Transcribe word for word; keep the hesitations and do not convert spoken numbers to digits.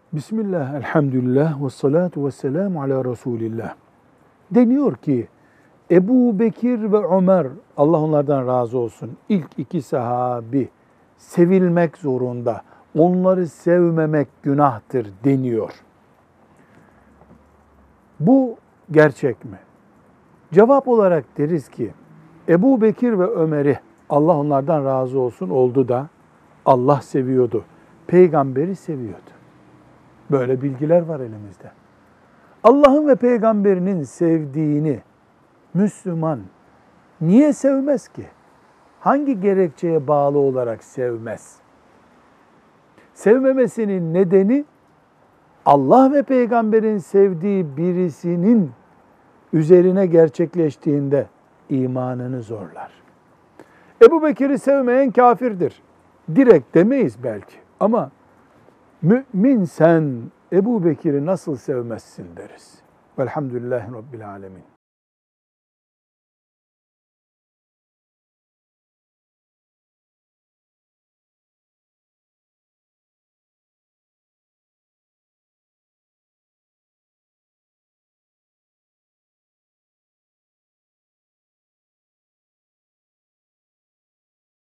Bismillah, elhamdülillah, ve salatu ve selamu ala Resulillah. Deniyor ki Ebu Bekir ve Ömer, Allah onlardan razı olsun, ilk iki sahabi sevilmek zorunda. Onları sevmemek günahtır deniyor. Bu gerçek mi? Cevap olarak deriz ki Ebu Bekir ve Ömer'i Allah onlardan razı olsun oldu da Allah seviyordu. Peygamberi seviyordu. Böyle bilgiler var elimizde. Allah'ın ve peygamberinin sevdiğini Müslüman niye sevmez ki? Hangi gerekçeye bağlı olarak sevmez? Sevmemesinin nedeni Allah ve peygamberin sevdiği birisinin üzerine gerçekleştiğinde imanını zorlar. Ebu Bekir'i sevmeyen kafirdir. Direkt demeyiz belki ama mümin sen Ebu Bekir'i nasıl sevmezsin deriz. Velhamdülillahi Rabbil Alemin.